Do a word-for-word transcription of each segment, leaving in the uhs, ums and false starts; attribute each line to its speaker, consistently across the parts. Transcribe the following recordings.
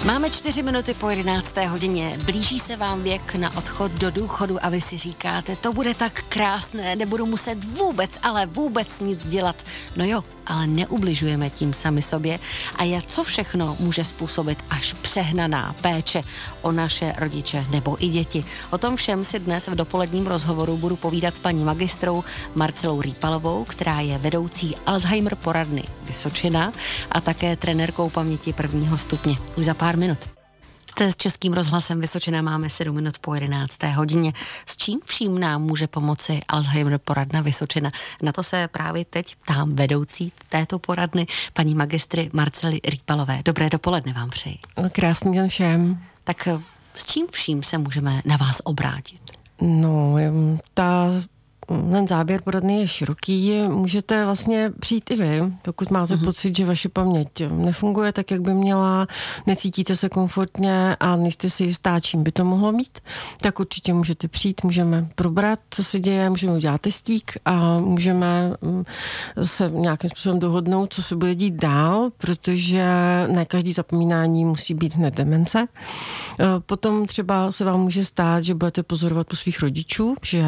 Speaker 1: Máme čtyři minuty po jedenácté hodině. Blíží se vám věk na odchod do důchodu a vy si říkáte, to bude tak krásné, nebudu muset vůbec, ale vůbec nic dělat. No jo, ale neubližujeme tím sami sobě. A je, co všechno může způsobit až přehnaná péče o naše rodiče nebo i děti. O tom všem si dnes v dopoledním rozhovoru budu povídat s paní magistrou Marcelou Rýpalovou, která je vedoucí Alzheimer poradny Vysočina a také trenérkou paměti prvního stupně. Už za pár minut. Jste s Českým rozhlasem Vysočina, máme sedm minut po jedenácté hodině. S čím vším nám může pomoci Alzheimer poradna Vysočina? Na to se právě teď ptám vedoucí této poradny, paní magistry Marcely Rýpalové. Dobré dopoledne vám přeji.
Speaker 2: Krásný den všem.
Speaker 1: Tak s čím vším se můžeme na vás obrátit?
Speaker 2: No, ta... ten záběr poradny je široký, můžete vlastně přijít i vy, pokud máte uh-huh. pocit, že vaše paměť nefunguje tak, jak by měla, necítíte se komfortně a nejste si jistá, čím by to mohlo být, tak určitě můžete přijít, můžeme probrat, co se děje, můžeme udělat testík a můžeme se nějakým způsobem dohodnout, co se bude dít dál, protože ne každý zapomínání musí být hned demence. Potom třeba se vám může stát, že budete pozorovat u svých rodičů, že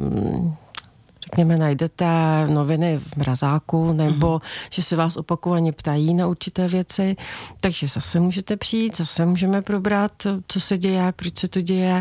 Speaker 2: řekněme, najdete noviny v mrazáku, nebo mm. že se vás opakovaně ptají na určité věci, takže zase můžete přijít, zase můžeme probrat, co se děje, proč se to děje,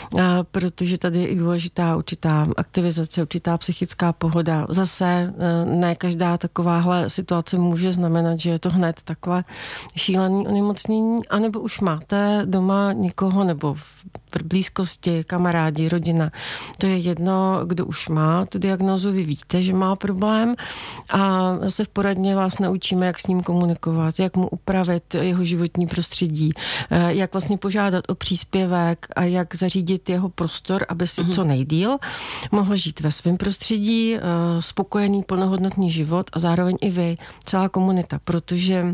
Speaker 2: protože tady je i důležitá určitá aktivizace, určitá psychická pohoda. Zase ne každá takováhle situace může znamenat, že je to hned takové šílené onemocnění, anebo už máte doma někoho, nebo v blízkosti, kamarádi, rodina. To je jedno, kdo už má tu diagnózu, vy víte, že má problém a zase v poradně vás naučíme, jak s ním komunikovat, jak mu upravit jeho životní prostředí, jak vlastně požádat o příspěvek a jak zařídit jeho prostor, aby si co nejdýl mohl žít ve svém prostředí, spokojený, plnohodnotný život a zároveň i vy, celá komunita, protože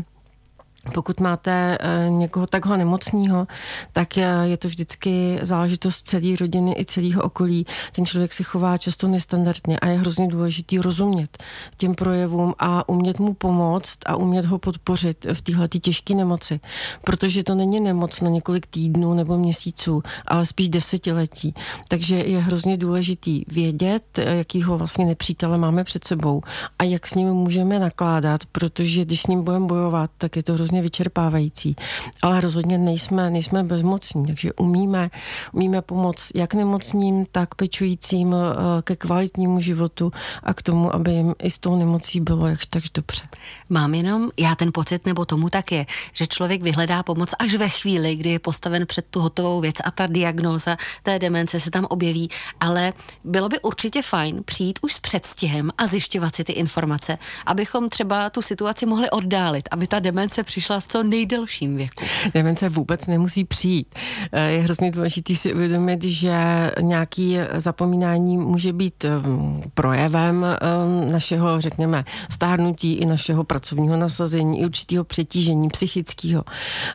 Speaker 2: pokud máte někoho takhle nemocného, tak je to vždycky záležitost celé rodiny i celého okolí. Ten člověk se chová často nestandardně a je hrozně důležitý rozumět těm projevům a umět mu pomoct a umět ho podpořit v téhletý těžké nemoci. Protože to není nemoc na několik týdnů nebo měsíců, ale spíš desetiletí. Takže je hrozně důležitý vědět, jakýho vlastně nepřítele máme před sebou a jak s ním můžeme nakládat, protože když s ním budeme bojovat, tak je to hrozně vyčerpávající, ale rozhodně nejsme, nejsme bezmocní, takže umíme, umíme pomoct jak nemocným, tak pečujícím ke kvalitnímu životu a k tomu, aby jim i s tou nemocí bylo jakž takž dobře.
Speaker 1: Mám jenom, já ten pocit, nebo tomu tak je, že člověk vyhledá pomoc až ve chvíli, kdy je postaven před tu hotovou věc a ta diagnóza té demence se tam objeví, ale bylo by určitě fajn přijít už s předstihem a zjišťovat si ty informace, abychom třeba tu situaci mohli oddálit, aby ta demence přišla v co nejdelším věku.
Speaker 2: Demence vůbec nemusí přijít. Je hrozně důležité si uvědomit, že nějaký zapomínání může být projevem našeho, řekněme, stárnutí i našeho pracovního nasazení, i určitého přetížení psychického.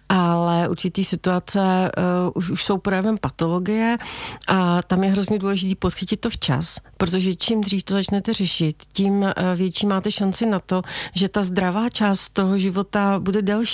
Speaker 2: Ale určitý situace už, už jsou projevem patologie a tam je hrozně důležité podchytit to včas, protože čím dřív to začnete řešit, tím větší máte šanci na to, že ta zdravá část toho života bude delší.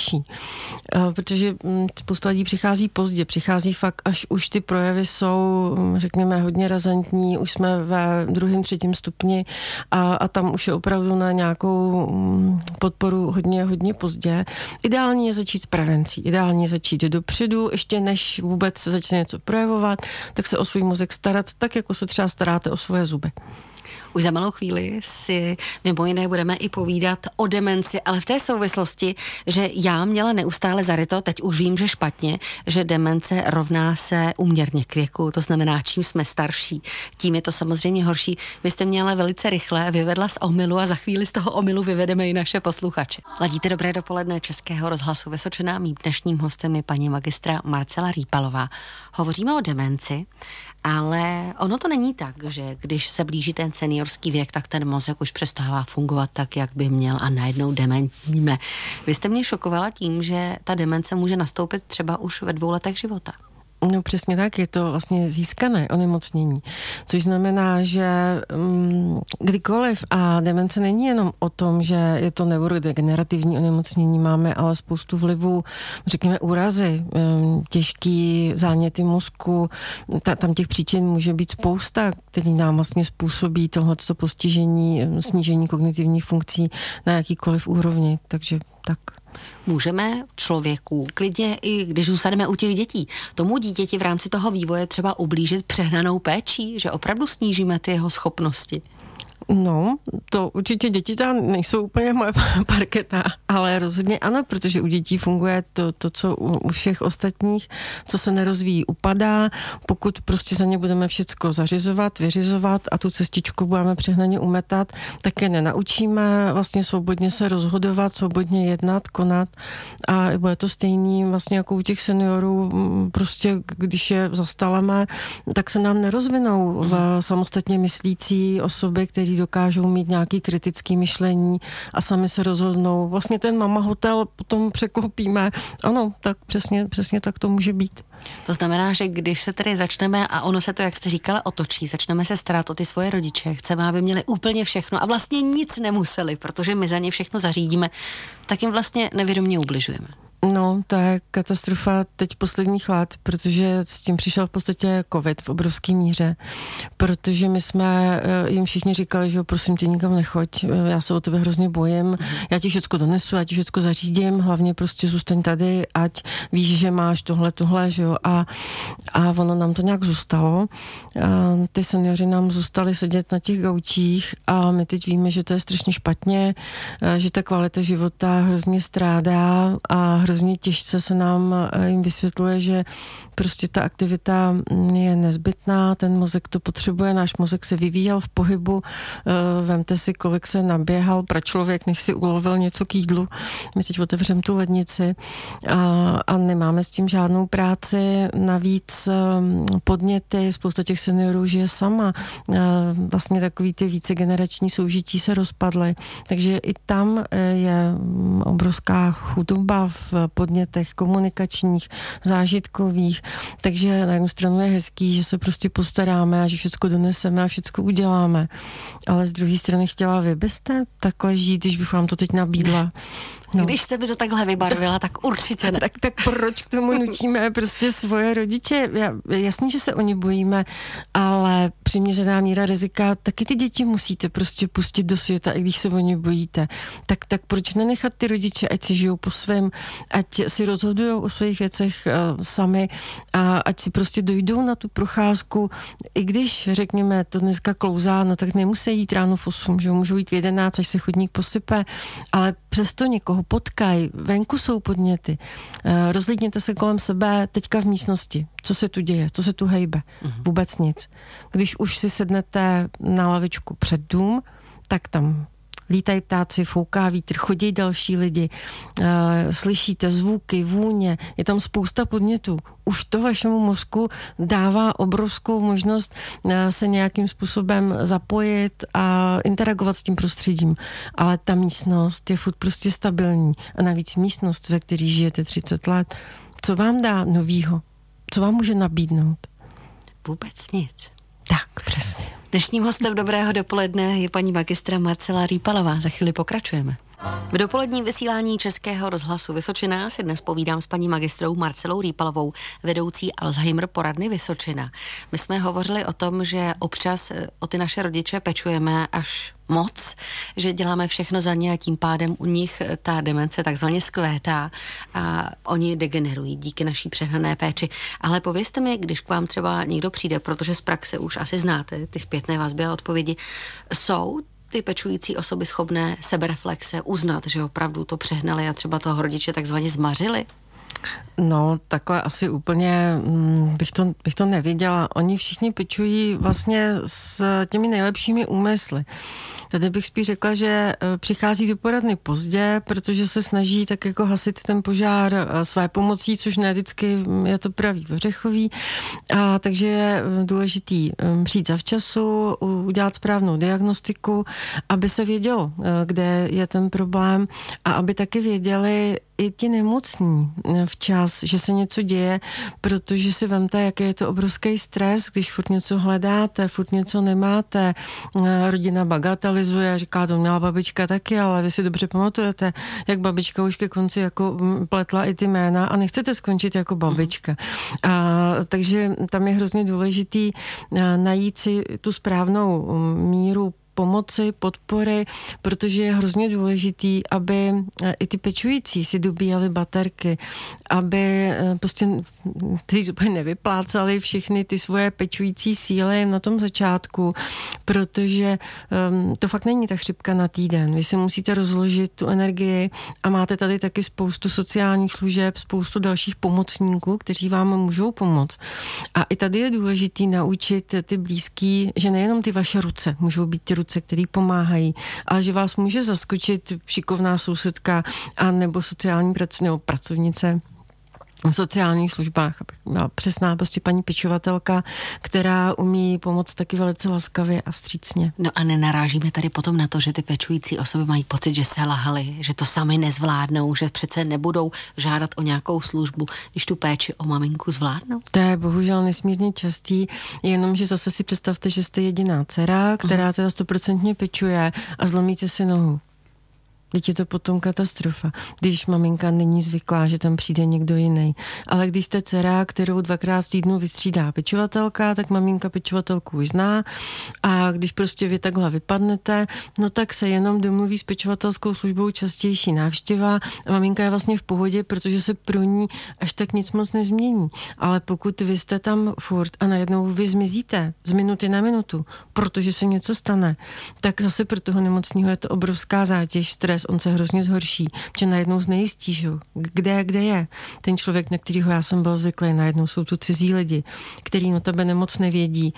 Speaker 2: Protože spousta lidí přichází pozdě, přichází fakt, až už ty projevy jsou, řekněme, hodně razantní, už jsme ve druhém, třetím stupni a, a tam už je opravdu na nějakou podporu hodně, hodně pozdě. Ideální je začít s prevencí, ideální je začít dopředu, ještě než vůbec se začne něco projevovat, tak se o svůj mozek starat, tak jako se třeba staráte o svoje zuby.
Speaker 1: Už za malou chvíli si mimo jiné budeme i povídat o demenci, ale v té souvislosti, že já měla neustále zaryto, teď už vím, že špatně, že demence rovná se úměrně k věku, to znamená, čím jsme starší, tím je to samozřejmě horší. Vy jste mě ale velice rychle vyvedla z omylu a za chvíli z toho omylu vyvedeme i naše posluchače. Ladíte dobré dopoledne Českého rozhlasu Vysočina, mým dnešním hostem je paní magistra Marcela Rýpalová. Hovoříme o demenci, ale ono to není tak, že když se blíží ten seniorský věk, tak ten mozek už přestává fungovat tak, jak by měl a najednou dementníme. Vy jste mě šokovala tím, že ta demence může nastoupit třeba už ve dvou letech života.
Speaker 2: No přesně tak, je to vlastně získané onemocnění, což znamená, že um, kdykoliv, a demence není jenom o tom, že je to neurodegenerativní onemocnění, máme ale spoustu vlivů, řekněme úrazy, um, těžký záněty mozku, ta, tam těch příčin může být spousta, který nám vlastně způsobí tohleto postižení, snížení kognitivních funkcí na jakýkoliv úrovni, takže tak.
Speaker 1: Můžeme člověku, klidně i když zůstaneme u těch dětí, tomu dítěti v rámci toho vývoje třeba ublížit přehnanou péčí, že opravdu snížíme ty jeho schopnosti?
Speaker 2: No, to určitě děti tam nejsou úplně moje parketa, ale rozhodně ano, protože u dětí funguje to, to co u, u všech ostatních, co se nerozvíjí, upadá. Pokud prostě za ně budeme všecko zařizovat, vyřizovat a tu cestičku budeme přehnaně umetat, tak je nenaučíme vlastně svobodně se rozhodovat, svobodně jednat, konat a bude to stejný vlastně jako u těch seniorů, prostě když je zastaleme, tak se nám nerozvinou v samostatně myslící osoby, který dokážou mít nějaký kritický myšlení a sami se rozhodnou. Vlastně ten mama hotel potom překlopíme. Ano, tak přesně, přesně tak to může být.
Speaker 1: To znamená, že když se tedy začneme, a ono se to, jak jste říkala, otočí, začneme se starat o ty svoje rodiče, chceme, aby měli úplně všechno a vlastně nic nemuseli, protože my za ně všechno zařídíme, tak jim vlastně nevědomě ubližujeme.
Speaker 2: No, to je katastrofa teď posledních let, protože s tím přišel v podstatě covid v obrovské míře, protože my jsme jim všichni říkali, že jo, prosím tě, nikam nechoď, já se o tebe hrozně bojím, já ti všecko donesu, já ti všecko zařídím, hlavně prostě zůstaň tady, ať víš, že máš tohle, tohle, že jo, a, a ono nám to nějak zůstalo. A ty seniori nám zůstali sedět na těch gaučích a my teď víme, že to je strašně špatně, že ta kvalita života hrozně strádá a hrozně těžce se nám jim vysvětluje, že prostě ta aktivita je nezbytná, ten mozek to potřebuje, náš mozek se vyvíjel v pohybu, vemte si, kolik se naběhal pračlověk, než si ulovil něco k jídlu, my teď otevřeme tu lednici a, a nemáme s tím žádnou práci, navíc podněty, spousta těch seniorů žije sama, vlastně takový ty vícegenerační soužití se rozpadly, takže i tam je obrovská chudoba v podnětech komunikačních, zážitkových, takže na jednu stranu je hezký, že se prostě postaráme a že všechno doneseme a všechno uděláme, ale z druhé strany chtěla vy byste takhle žít, když bych vám to teď nabídla.
Speaker 1: No. Když jste by to takhle vybarvila, tak určitě ne.
Speaker 2: Tak, tak proč k tomu nučíme prostě svoje rodiče? Já, jasně, že se o ně bojíme, ale přiměřená míra rizika, taky ty děti musíte prostě pustit do světa, i když se o ně bojíte. Tak, tak proč nenechat ty rodiče, ať si žijou po svém, ať si rozhodují o svých věcech uh, sami a ať si prostě dojdou na tu procházku, i když, řekněme, to dneska klouzá, no tak nemusí jít ráno v osm, že můžou jít v jedenáct, až se chodník posype, ale přesto někoho potkaj, venku jsou podněty, uh, rozlídněte se kolem sebe teďka v místnosti, co se tu děje, co se tu hejbe, uh-huh. Vůbec nic. Když už si sednete na lavičku před dům, tak tam lítají ptáci, fouká vítr, chodí další lidi, uh, slyšíte zvuky, vůně, je tam spousta podnětů. Už to vašemu mozku dává obrovskou možnost uh, se nějakým způsobem zapojit a interagovat s tím prostředím. Ale ta místnost je furt prostě stabilní. A navíc místnost, ve které žijete třicet let, co vám dá novýho? Co vám může nabídnout?
Speaker 1: Vůbec nic.
Speaker 2: Tak, přesně.
Speaker 1: Dnešním hostem Dobrého dopoledne je paní magistra Marcela Rýpalová. Za chvíli pokračujeme. V dopoledním vysílání Českého rozhlasu Vysočina si dnes povídám s paní magistrou Marcelou Rýpalovou, vedoucí Alzheimer poradny Vysočina. My jsme hovořili o tom, že občas o ty naše rodiče pečujeme až moc, že děláme všechno za ně a tím pádem u nich ta demence takzvaně zkvétá a oni degenerují díky naší přehnané péči. Ale povězte mi, když k vám třeba někdo přijde, protože z praxe už asi znáte ty zpětné vazby a odpovědi, jsou ty pečující osoby schopné sebereflexe uznat, že opravdu to přehnali a třeba toho rodiče takzvaně zmařili?
Speaker 2: No, takhle asi úplně bych to, bych to nevěděla. Oni všichni pečují vlastně s těmi nejlepšími úmysly. Tady bych spíš řekla, že přichází do poradny pozdě, protože se snaží tak jako hasit ten požár své pomocí, což ne vždycky je to pravý ořechový. A takže je důležitý přijít zavčasu, udělat správnou diagnostiku, aby se vědělo, kde je ten problém a aby taky věděli i ti nemocní včas, vás, že se něco děje, protože si vemte, jaký je to obrovský stres, když furt něco hledáte, furt něco nemáte, rodina bagatelizuje, říká, to měla babička taky, ale vy si dobře pamatujete, jak babička už ke konci jako pletla i ty jména a nechcete skončit jako babička. A, takže tam je hrozně důležitý najít si tu správnou míru pomoci, podpory, protože je hrozně důležitý, aby i ty pečující si dobíjali baterky, aby prostě ty úplně nevyplácali všechny ty svoje pečující síly na tom začátku, protože um, to fakt není ta chřipka na týden. Vy si musíte rozložit tu energii a máte tady taky spoustu sociálních služeb, spoustu dalších pomocníků, kteří vám můžou pomoct. A i tady je důležitý naučit ty blízký, že nejenom ty vaše ruce můžou být ty ruce, který pomáhají, ale že vás může zaskočit šikovná sousedka a nebo sociální prac, nebo pracovnice v sociálních službách. Byla přesná prostě paní pečovatelka, která umí pomoct taky velice laskavě a vstřícně.
Speaker 1: No a nenarážíme tady potom na to, že ty pečující osoby mají pocit, že se lahali, že to sami nezvládnou, že přece nebudou žádat o nějakou službu, když tu péči o maminku zvládnou?
Speaker 2: To je bohužel nesmírně častý, jenomže zase si představte, že jste jediná dcera, která teda stoprocentně pečuje a zlomíte si nohu. Teď je to potom katastrofa, když maminka není zvyklá, že tam přijde někdo jiný. Ale když jste dcera, kterou dvakrát v týdnu vystřídá pečovatelka, tak maminka pečovatelku už zná a když prostě vy takhle vypadnete, no tak se jenom domluví s pečovatelskou službou častější návštěva a maminka je vlastně v pohodě, protože se pro ní až tak nic moc nezmění. Ale pokud vy jste tam furt a najednou vy zmizíte z minuty na minutu, protože se něco stane, tak zase pro toho nemocného je to obrovská zátěž, stres, on se hrozně zhorší, že najednou znejistí, že? Kde, kde je ten člověk, na kterýho já jsem byl zvyklý, najednou jsou tu cizí lidi, který no tebe nemoc nevědí.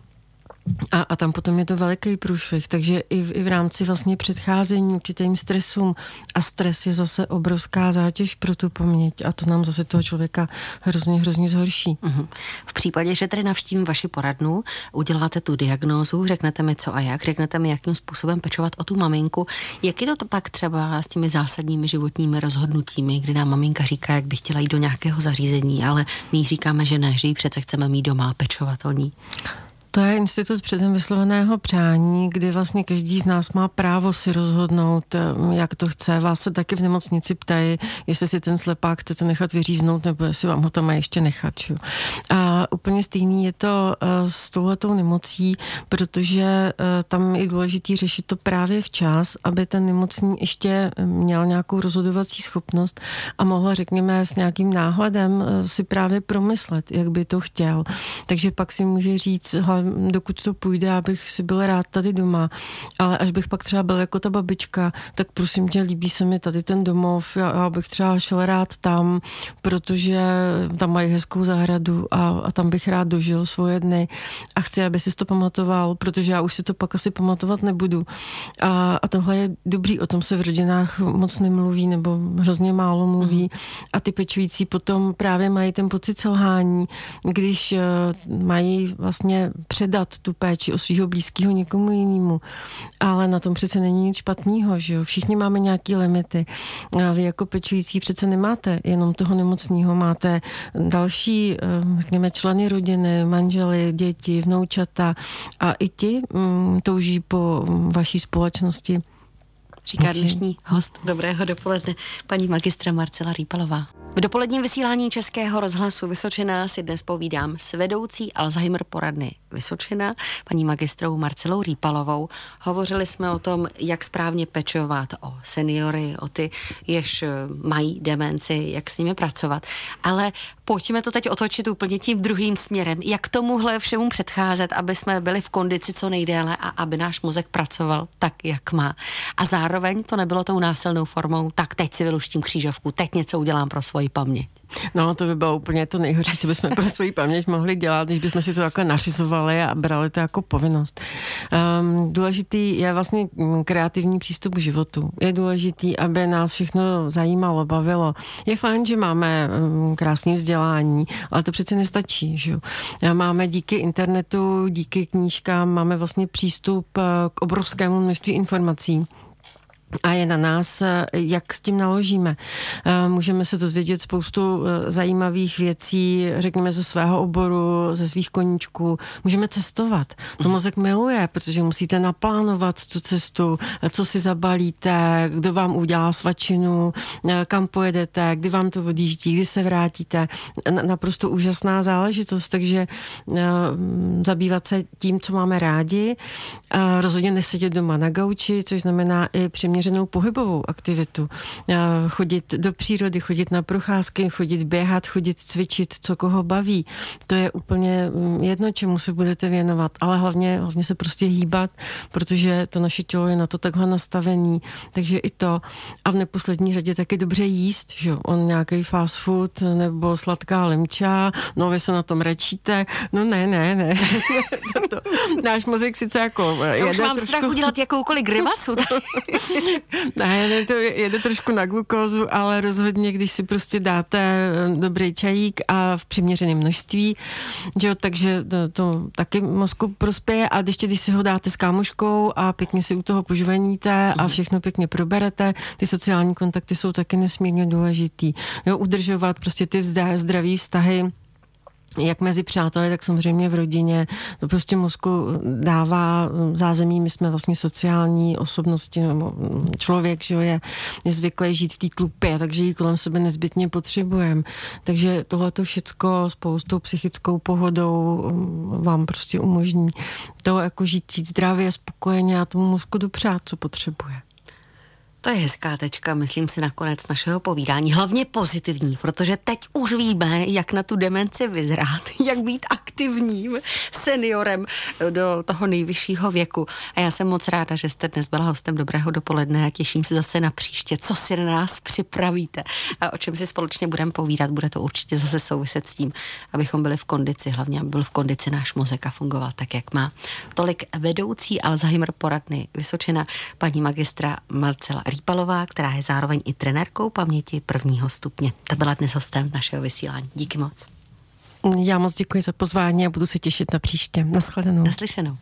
Speaker 2: A, a tam potom je to veliký průšvih, takže i v, i v rámci vlastně předcházení určitým stresům a stres je zase obrovská zátěž pro tu paměť a to nám zase toho člověka hrozně, hrozně zhorší.
Speaker 1: Uhum. V případě, že tady navštívím vaši poradnu, uděláte tu diagnózu, řeknete mi co a jak, řeknete mi, jakým způsobem pečovat o tu maminku, jak je to pak třeba s těmi zásadními životními rozhodnutími, kdy nám maminka říká, jak by chtěla jít do nějakého zařízení, ale my jí říkáme, že ne, že ji přece chceme mít doma, pečovat o ní.
Speaker 2: To je institut předem vysloveného přání, kdy vlastně každý z nás má právo si rozhodnout, jak to chce. Vás se taky v nemocnici ptají, jestli si ten slepák chcete nechat vyříznout, nebo jestli vám ho tam má ještě nechat. Čo? A úplně stejný je to s touhletou nemocí, protože tam je důležitý řešit to právě včas, aby ten nemocný ještě měl nějakou rozhodovací schopnost a mohl, řekněme, s nějakým náhledem si právě promyslet, jak by to chtěl. Takže pak si může říct, dokud to půjde, abych si byl rád tady doma, ale až bych pak třeba byl jako ta babička, tak prosím tě, líbí se mi tady ten domov, já, já bych třeba šel rád tam, protože tam mají hezkou zahradu a, a tam bych rád dožil svoje dny a chci, aby si to pamatoval, protože já už si to pak asi pamatovat nebudu. A, a tohle je dobrý, o tom se v rodinách moc nemluví nebo hrozně málo mluví a ty pečující potom právě mají ten pocit selhání, když uh, mají vlastně předat tu péči o svého blízkého někomu jinému. Ale na tom přece není nic špatného, že jo? Všichni máme nějaký limity. A vy jako pečující přece nemáte jenom toho nemocného, máte další, řekněme, členy rodiny, manžely, děti, vnoučata a i ti mm, touží po vaší společnosti.
Speaker 1: Říká dnešní host Dobrého dopoledne, paní magistra Marcela Rýpalová. V dopoledním vysílání Českého rozhlasu Vysočina si dnes povídám s vedoucí Alzheimer poradny Vysočina, paní magistrou Marcelou Rýpalovou. Hovořili jsme o tom, jak správně pečovat o seniory, o ty, jež mají demenci, jak s nimi pracovat. Ale pojďme to teď otočit úplně tím druhým směrem. Jak tomuhle všemu předcházet, aby jsme byli v kondici co nejdéle a aby náš mozek pracoval tak, jak má. A zároveň to nebylo tou násilnou formou, tak teď si vyluštím křížovku, teď něco udělám pro svoji paměť.
Speaker 2: No, to by bylo úplně to nejhorší, co bychom pro svoji paměť mohli dělat, když bychom si to takhle nařizovali a brali to jako povinnost. Um, důležitý je vlastně kreativní přístup k životu. Je důležitý, aby nás všechno zajímalo, bavilo. Je fajn, že máme um, krásné vzdělání, ale to přece nestačí, že jo. Máme díky internetu, díky knížkám, máme vlastně přístup uh, k obrovskému množství informací. A je na nás, jak s tím naložíme. Můžeme se dozvědět spoustu zajímavých věcí, řekněme ze svého oboru, ze svých koníčků. Můžeme cestovat. To mozek miluje, protože musíte naplánovat tu cestu, co si zabalíte, kdo vám udělá svačinu, kam pojedete, kdy vám to odjíždí, kdy se vrátíte. Naprosto úžasná záležitost, takže zabývat se tím, co máme rádi. Rozhodně nesedět doma na gauči, což znamená i přiměřenou pohybovou aktivitu. Chodit do přírody, chodit na procházky, chodit běhat, chodit cvičit, co koho baví. To je úplně jedno, čemu se budete věnovat, ale hlavně, hlavně se prostě hýbat, protože to naše tělo je na to takhle nastavený. Takže i to. A v neposlední řadě taky dobře jíst, že on nějaký fast food nebo sladká limča, no vy se na tom rečíte, no ne, ne, ne. to, to, náš mozek sice jako
Speaker 1: Já už mám trošku... strach udělat jakoukoliv grimasu.
Speaker 2: Ne, to jede trošku na glukózu, ale rozhodně, když si prostě dáte dobrý čajík a v přiměřeném množství, že jo, takže to, to taky mozku prospěje a ještě když si ho dáte s kámoškou a pěkně si u toho požveníte a všechno pěkně proberete, ty sociální kontakty jsou taky nesmírně důležitý. Jo, udržovat prostě ty zdraví vztahy, jak mezi přáteli, tak samozřejmě v rodině. To prostě mozku dává zázemí. My jsme vlastně sociální osobnosti, nebo člověk, že jo, je, je zvyklý žít v té tlupě, takže ji kolem sebe nezbytně potřebujeme. Takže tohleto všecko spolu s tou psychickou pohodou vám prostě umožní to jako žít, žít zdravě, spokojeně a tomu mozku dopřát, co potřebuje.
Speaker 1: To je hezká tečka, myslím si, nakonec našeho povídání. Hlavně pozitivní, protože teď už víme, jak na tu demenci vyzrát, jak být aktivním seniorem do toho nejvyššího věku. A já jsem moc ráda, že jste dnes byla hostem Dobrého dopoledne a těším se zase na příště, co si na nás připravíte a o čem si společně budeme povídat. Bude to určitě zase souviset s tím, abychom byli v kondici, hlavně aby byl v kondici náš mozek a fungoval tak, jak má. Tolik vedoucí Alzheimer poradny Vysočina, paní magistra Marcela Rýpalová, která je zároveň i trenérkou paměti prvního stupně. Ta byla dnes hostem našeho vysílání. Díky moc.
Speaker 2: Já moc děkuji za pozvání a budu se těšit na příště. Naschledanou.
Speaker 1: Naslyšenou.